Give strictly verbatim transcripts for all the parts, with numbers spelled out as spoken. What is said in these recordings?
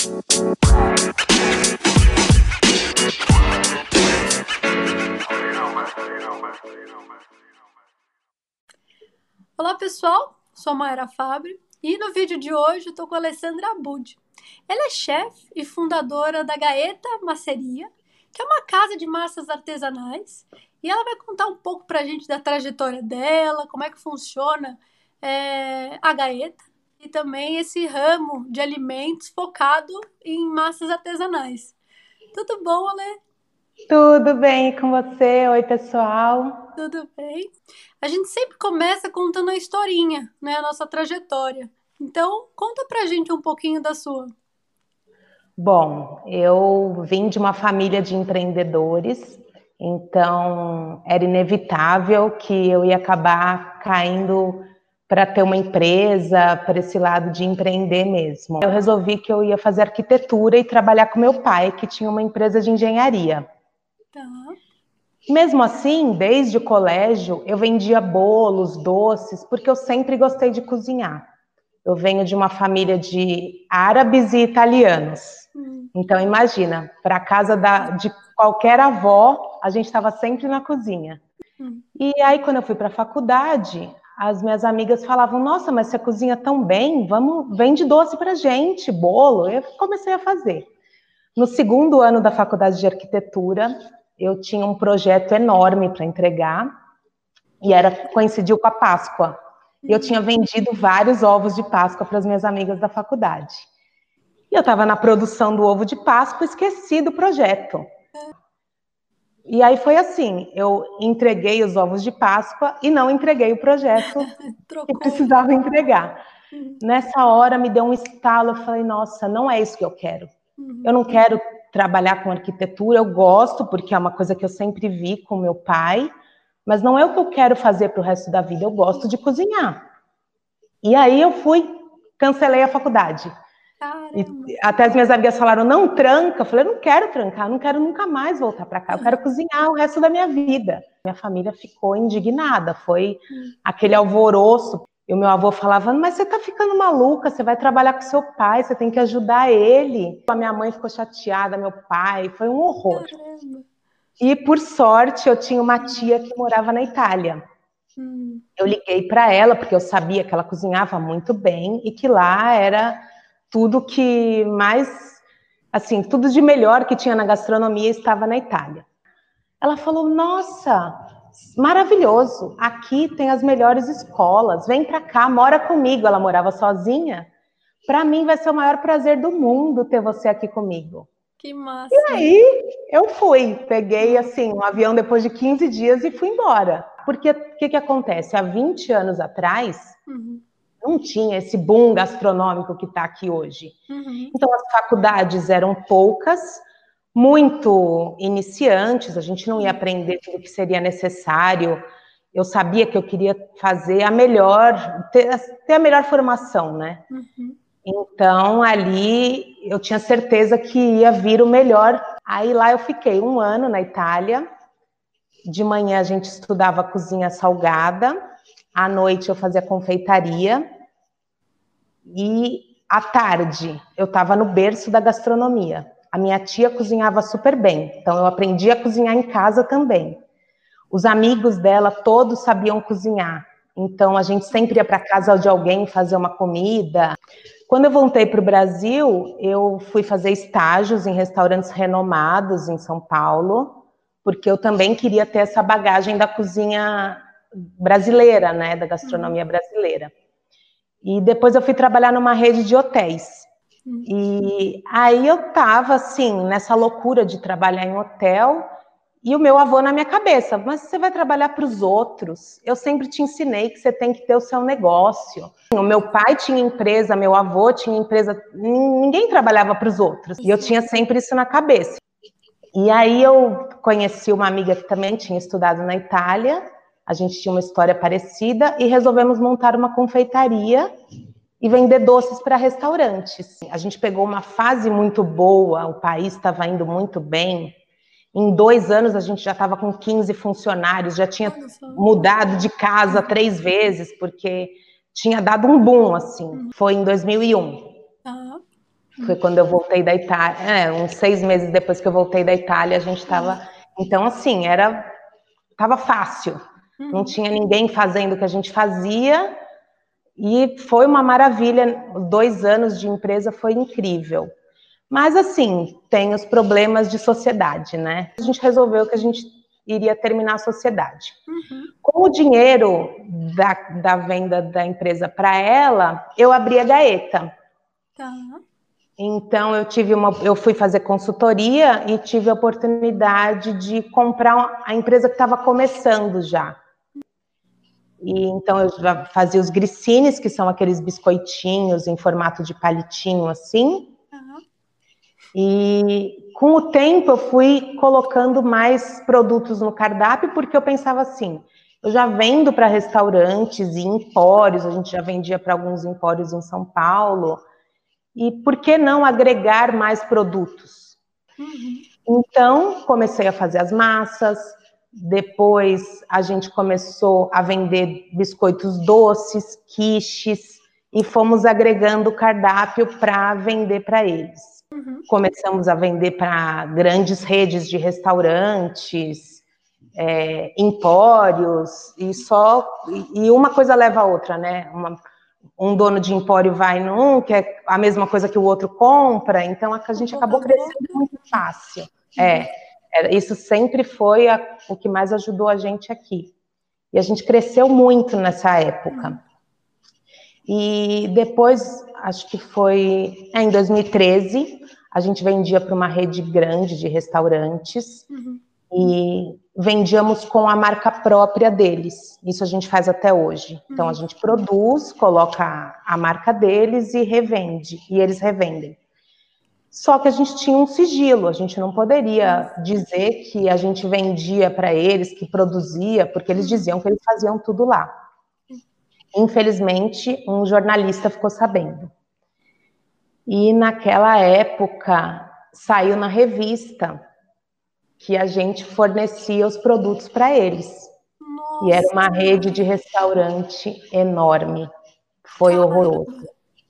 Olá pessoal, sou a Mayra Fabre e no vídeo de hoje estou com a Alessandra Abud. Ela é chefe e fundadora da Gaeta Masseria, que é uma casa de massas artesanais, e ela vai contar um pouco para a gente da trajetória dela, como é que funciona é, a Gaeta e também esse ramo de alimentos focado em massas artesanais. Tudo bom, Ale? Tudo bem com você? Oi, pessoal. Tudo bem? A gente sempre começa contando a historinha, né? A nossa trajetória. Então, conta pra gente um pouquinho da sua. Bom, eu vim de uma família de empreendedores, então era inevitável que eu ia acabar caindo para ter uma empresa, para esse lado de empreender mesmo. Eu resolvi que eu ia fazer arquitetura e trabalhar com meu pai, que tinha uma empresa de engenharia. Tá. Mesmo assim, desde o colégio, eu vendia bolos, doces, porque eu sempre gostei de cozinhar. Eu venho de uma família de árabes e italianos. Hum. Então, imagina, para a casa da, de qualquer avó, a gente estava sempre na cozinha. Hum. E aí, quando eu fui para a faculdade, as minhas amigas falavam, nossa, mas você cozinha tão bem, vamos, vende doce para gente, bolo. Eu comecei a fazer. No segundo ano da faculdade de arquitetura, eu tinha um projeto enorme para entregar, e era, coincidiu com a Páscoa. E eu tinha vendido vários ovos de Páscoa para as minhas amigas da faculdade. E eu estava na produção do ovo de Páscoa e esqueci do projeto. E aí foi assim, eu entreguei os ovos de Páscoa e não entreguei o projeto que Trocou. precisava entregar. Hum. Nessa hora me deu um estalo, eu falei, nossa, não é isso que eu quero. Uhum. Eu não quero trabalhar com arquitetura, eu gosto, porque é uma coisa que eu sempre vi com meu pai, mas não é o que eu quero fazer para o resto da vida, eu gosto de cozinhar. E aí eu fui, cancelei a faculdade. Caramba. E até as minhas amigas falaram, não tranca. Eu falei, eu não quero trancar, não quero nunca mais voltar para cá, eu quero cozinhar o resto da minha vida. Minha família ficou indignada, foi Hum. aquele alvoroço. E o meu avô falava, mas você tá ficando maluca, você vai trabalhar com seu pai, você tem que ajudar ele. A minha mãe ficou chateada, meu pai, foi um horror. Caramba. E por sorte eu tinha uma tia que morava na Itália. Hum. Eu liguei para ela, porque eu sabia que ela cozinhava muito bem e que lá era tudo que mais, assim, tudo de melhor que tinha na gastronomia estava na Itália. Ela falou, nossa, maravilhoso, aqui tem as melhores escolas, vem para cá, mora comigo. Ela morava sozinha. Para mim vai ser o maior prazer do mundo ter você aqui comigo. Que massa. E aí eu fui, peguei assim um avião depois de quinze dias e fui embora. Porque o que, que acontece? Há vinte anos atrás, Uhum. não tinha esse boom gastronômico que está aqui hoje. Uhum. Então as faculdades eram poucas, muito iniciantes, a gente não ia aprender tudo que seria necessário. Eu sabia que eu queria fazer a melhor, ter, ter a melhor formação, né? Uhum. Então, ali, eu tinha certeza que ia vir o melhor. Aí lá eu fiquei um ano na Itália. De manhã a gente estudava cozinha salgada, à noite eu fazia confeitaria. E à tarde eu estava no berço da gastronomia. A minha tia cozinhava super bem, então eu aprendi a cozinhar em casa também. Os amigos dela todos sabiam cozinhar, então a gente sempre ia para casa de alguém fazer uma comida. Quando eu voltei para o Brasil, eu fui fazer estágios em restaurantes renomados em São Paulo, porque eu também queria ter essa bagagem da cozinha brasileira, né, da gastronomia brasileira. E depois eu fui trabalhar numa rede de hotéis. E aí eu estava assim, nessa loucura de trabalhar em hotel, e o meu avô na minha cabeça, mas você vai trabalhar para os outros? Eu sempre te ensinei que você tem que ter o seu negócio. O meu pai tinha empresa, meu avô tinha empresa, ninguém trabalhava para os outros. E eu tinha sempre isso na cabeça. E aí eu conheci uma amiga que também tinha estudado na Itália, a gente tinha uma história parecida, e resolvemos montar uma confeitaria e vender doces para restaurantes. A gente pegou uma fase muito boa, o país estava indo muito bem. Em dois anos a gente já estava com quinze funcionários, já tinha mudado de casa três vezes, porque tinha dado um boom, assim. Foi em dois mil e um. Uhum. Foi quando eu voltei da Itália, é, uns seis meses depois que eu voltei da Itália, a gente estava... Então, assim, era... Tava fácil. Uhum. Não tinha ninguém fazendo o que a gente fazia. E foi uma maravilha. Dois anos de empresa foi incrível. Mas, assim, tem os problemas de sociedade, né? A gente resolveu que a gente iria terminar a sociedade. Uhum. Com o dinheiro da, da venda da empresa para ela, eu abri a Gaeta. Tá. Então, eu tive uma, eu fui fazer consultoria e tive a oportunidade de comprar a empresa que estava começando já. E, então, eu já fazia os grissines, que são aqueles biscoitinhos em formato de palitinho, assim. Uhum. E, com o tempo, eu fui colocando mais produtos no cardápio, porque eu pensava assim, eu já vendo para restaurantes e empórios, a gente já vendia para alguns empórios em São Paulo, e por que não agregar mais produtos? Uhum. Então, comecei a fazer as massas, depois a gente começou a vender biscoitos doces, quiches, e fomos agregando o cardápio para vender para eles. Uhum. Começamos a vender para grandes redes de restaurantes, é, empórios, e só e uma coisa leva a outra, né? Uma, um dono de empório vai num, que é a mesma coisa que o outro compra, então a gente acabou crescendo muito fácil. É, isso sempre foi a, o que mais ajudou a gente aqui. E a gente cresceu muito nessa época. E depois, acho que foi é, em dois mil e treze, a gente vendia para uma rede grande de restaurantes. Uhum. E vendíamos com a marca própria deles. Isso a gente faz até hoje. Então, a gente produz, coloca a marca deles e revende. E eles revendem. Só que a gente tinha um sigilo. A gente não poderia dizer que a gente vendia para eles, que produzia, porque eles diziam que eles faziam tudo lá. Infelizmente, um jornalista ficou sabendo. E naquela época, saiu na revista que a gente fornecia os produtos para eles. Nossa. E era uma rede de restaurante enorme. Foi Caramba. horroroso.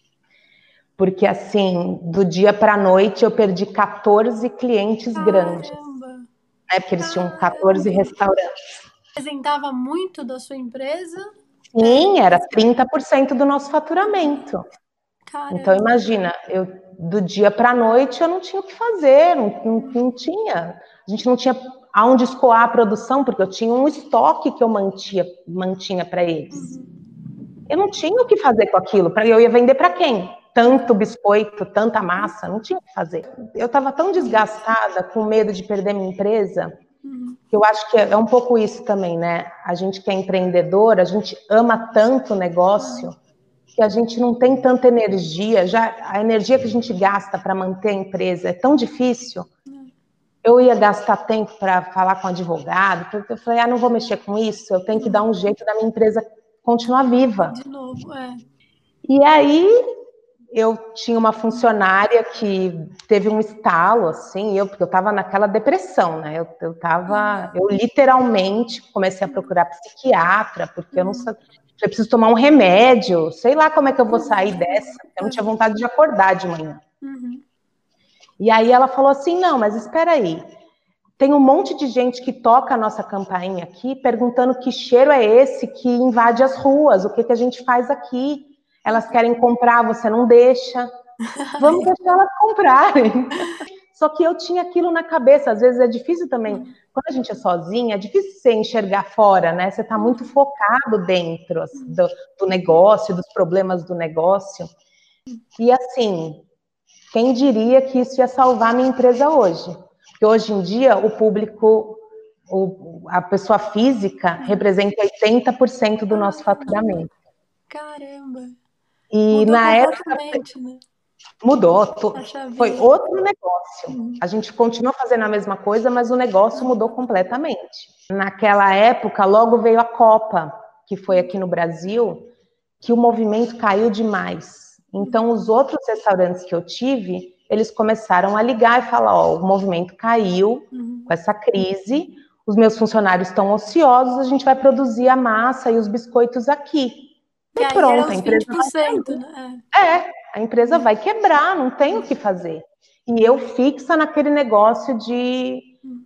Porque, assim, do dia para a noite, eu perdi quatorze clientes Caramba. grandes. Né? Porque eles Caramba. tinham quatorze restaurantes. Representava muito da sua empresa? Sim, era trinta por cento do nosso faturamento. Caramba. Então, imagina, eu, do dia para a noite, eu não tinha o que fazer, não, não, não tinha. A gente não tinha aonde escoar a produção, porque eu tinha um estoque que eu mantinha, mantinha para eles. Uhum. Eu não tinha o que fazer com aquilo. Eu ia vender para quem? Tanto biscoito, tanta massa, não tinha o que fazer. Eu estava tão desgastada, com medo de perder minha empresa, uhum. que eu acho que é um pouco isso também, né? A gente que é empreendedor, a gente ama tanto o negócio, que a gente não tem tanta energia. Já a energia que a gente gasta para manter a empresa é tão difícil. Eu ia gastar tempo para falar com o advogado, porque eu falei, ah, não vou mexer com isso, eu tenho que dar um jeito da minha empresa continuar viva. De novo, é. E aí, eu tinha uma funcionária que teve um estalo, assim, eu, porque eu estava naquela depressão, né? Eu, eu tava, eu literalmente comecei a procurar psiquiatra, porque eu não sabia, eu preciso tomar um remédio, sei lá como é que eu vou sair dessa, eu não tinha vontade de acordar de manhã. Uhum. E aí ela falou assim, não, mas espera aí, tem um monte de gente que toca a nossa campainha aqui, perguntando que cheiro é esse que invade as ruas, o que, que a gente faz aqui. Elas querem comprar, você não deixa. Vamos deixar elas comprarem. Só que eu tinha aquilo na cabeça, às vezes é difícil também, quando a gente é sozinha, é difícil você enxergar fora, né? Você está muito focado dentro do, do negócio, dos problemas do negócio. E assim, quem diria que isso ia salvar a minha empresa hoje? Porque hoje em dia o público, o, a pessoa física representa oitenta por cento do nosso faturamento. Caramba! E mudou na completamente, época, né? Mudou, foi outro negócio. Uhum. A gente continua fazendo a mesma coisa, mas o negócio mudou completamente. Naquela época, logo veio a Copa, que foi aqui no Brasil, que o movimento caiu demais. Então, os outros restaurantes que eu tive, eles começaram a ligar e falar, ó, o movimento caiu uhum. com essa crise, os meus funcionários estão ociosos, a gente vai produzir a massa e os biscoitos aqui. Que E aí era pronto, a os empresa vinte por cento, né? É, a empresa vai quebrar, não tem o que fazer. E eu fixa naquele negócio de...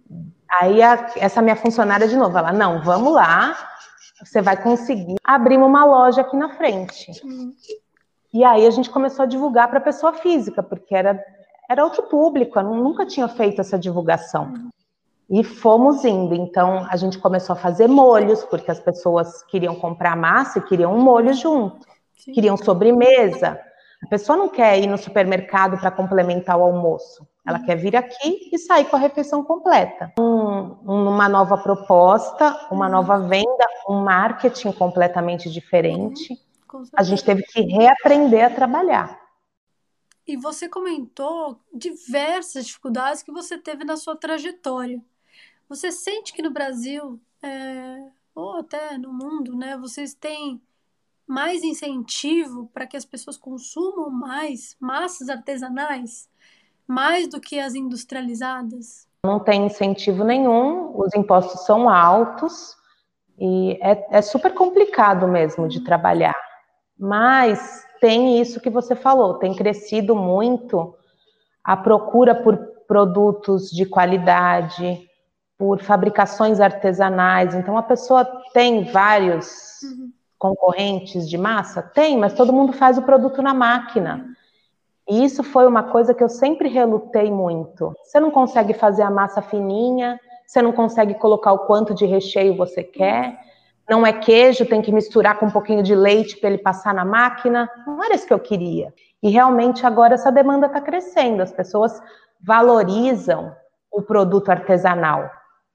Aí a, essa minha funcionária de novo, ela, não, vamos lá, você vai conseguir. Abrimos uma loja aqui na frente. Hum. E aí a gente começou a divulgar para a pessoa física, porque era, era outro público, eu nunca tinha feito essa divulgação. Hum. E fomos indo, então a gente começou a fazer molhos, porque as pessoas queriam comprar massa e queriam um molho junto. Sim. Queriam sobremesa. A pessoa não quer ir no supermercado para complementar o almoço. Ela Hum. quer vir aqui e sair com a refeição completa. Um, uma nova proposta, uma nova venda, um marketing completamente diferente. Com A gente certeza. teve que reaprender a trabalhar. E você comentou diversas dificuldades que você teve na sua trajetória. Você sente que no Brasil, é, ou até no mundo, né, vocês têm mais incentivo para que as pessoas consumam mais massas artesanais, mais do que as industrializadas? Não tem incentivo nenhum, os impostos são altos e é, é super complicado mesmo de trabalhar. Mas tem isso que você falou, tem crescido muito a procura por produtos de qualidade, por fabricações artesanais. Então, a pessoa tem vários Uhum. concorrentes de massa? Tem, mas todo mundo faz o produto na máquina. E isso foi uma coisa que eu sempre relutei muito. Você não consegue fazer a massa fininha, você não consegue colocar o quanto de recheio você quer, não é queijo, tem que misturar com um pouquinho de leite para ele passar na máquina. Não era isso que eu queria. E realmente agora essa demanda está crescendo, as pessoas valorizam o produto artesanal.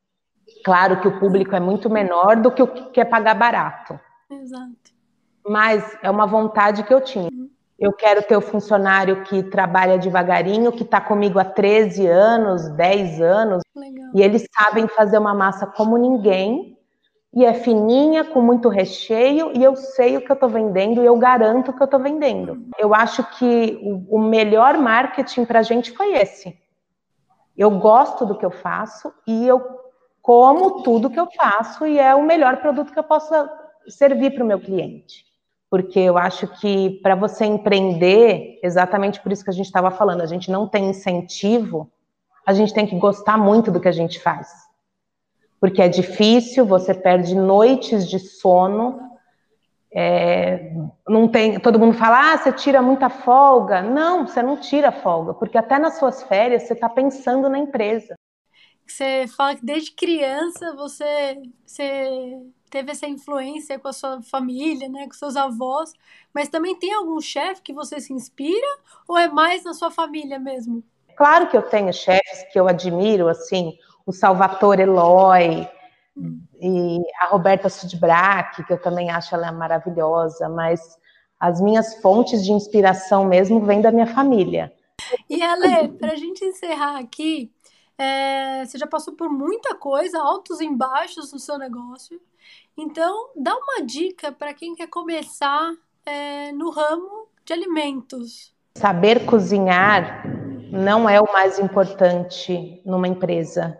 Claro que o público é muito menor do que o que quer pagar barato. Exato. Mas é uma vontade que eu tinha. Eu quero ter o funcionário que trabalha devagarinho, que está comigo há treze anos, dez anos, Legal. e eles sabem fazer uma massa como ninguém, e é fininha, com muito recheio, e eu sei o que eu estou vendendo, e eu garanto o que eu estou vendendo. Eu acho que o, o melhor marketing para a gente foi esse. Eu gosto do que eu faço, e eu como tudo que eu faço, e é o melhor produto que eu possa servir para o meu cliente. Porque eu acho que para você empreender, exatamente por isso que a gente estava falando, a gente não tem incentivo, a gente tem que gostar muito do que a gente faz. Porque é difícil, você perde noites de sono, é, não tem, todo mundo fala, ah, você tira muita folga. Não, você não tira folga, porque até nas suas férias você está pensando na empresa. Você fala que desde criança você, você teve essa influência com a sua família, né, com seus avós, mas também tem algum chefe que você se inspira ou é mais na sua família mesmo? Claro que eu tenho chefes que eu admiro, assim, o Salvatore Eloy, hum. e a Roberta Sudbrack, que eu também acho ela maravilhosa, mas as minhas fontes de inspiração mesmo vêm da minha família. E Ale, para a gente encerrar aqui, é, você já passou por muita coisa, altos e baixos no seu negócio. Então, dá uma dica para quem quer começar é, no ramo de alimentos. Saber cozinhar não é o mais importante numa empresa.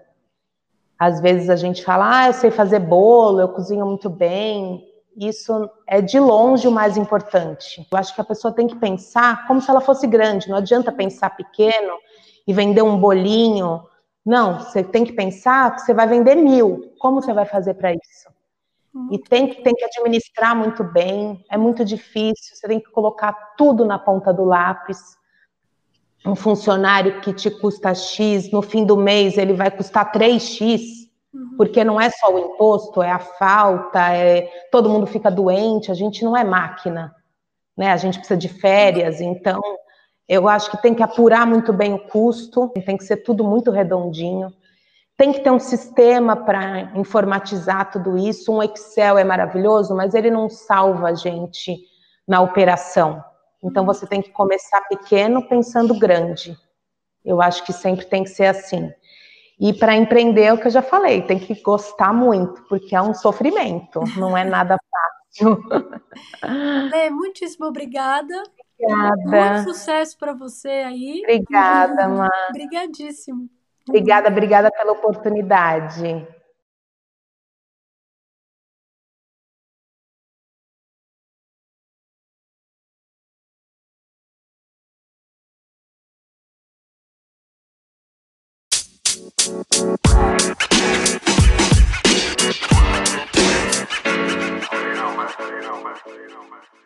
Às vezes a gente fala, ah, eu sei fazer bolo, eu cozinho muito bem. Isso é de longe o mais importante. Eu acho que a pessoa tem que pensar como se ela fosse grande. Não adianta pensar pequeno e vender um bolinho. Não, você tem que pensar que você vai vender mil. Como você vai fazer para isso? E tem que, tem que administrar muito bem. É muito difícil. Você tem que colocar tudo na ponta do lápis. Um funcionário que te custa X, no fim do mês ele vai custar três X. Porque não é só o imposto, é a falta, é... todo mundo fica doente, a gente não é máquina, né? A gente precisa de férias, então eu acho que tem que apurar muito bem o custo, tem que ser tudo muito redondinho, tem que ter um sistema para informatizar tudo isso, um Excel é maravilhoso, mas ele não salva a gente na operação. Então você tem que começar pequeno pensando grande. Eu acho que sempre tem que ser assim. E para empreender, é o que eu já falei, tem que gostar muito, porque é um sofrimento, não é nada fácil. Lê, muitíssimo obrigada. Obrigada. Muito sucesso para você aí. Obrigada, Má. Obrigadíssimo. Obrigada, obrigada pela oportunidade. You know, man. You know, man.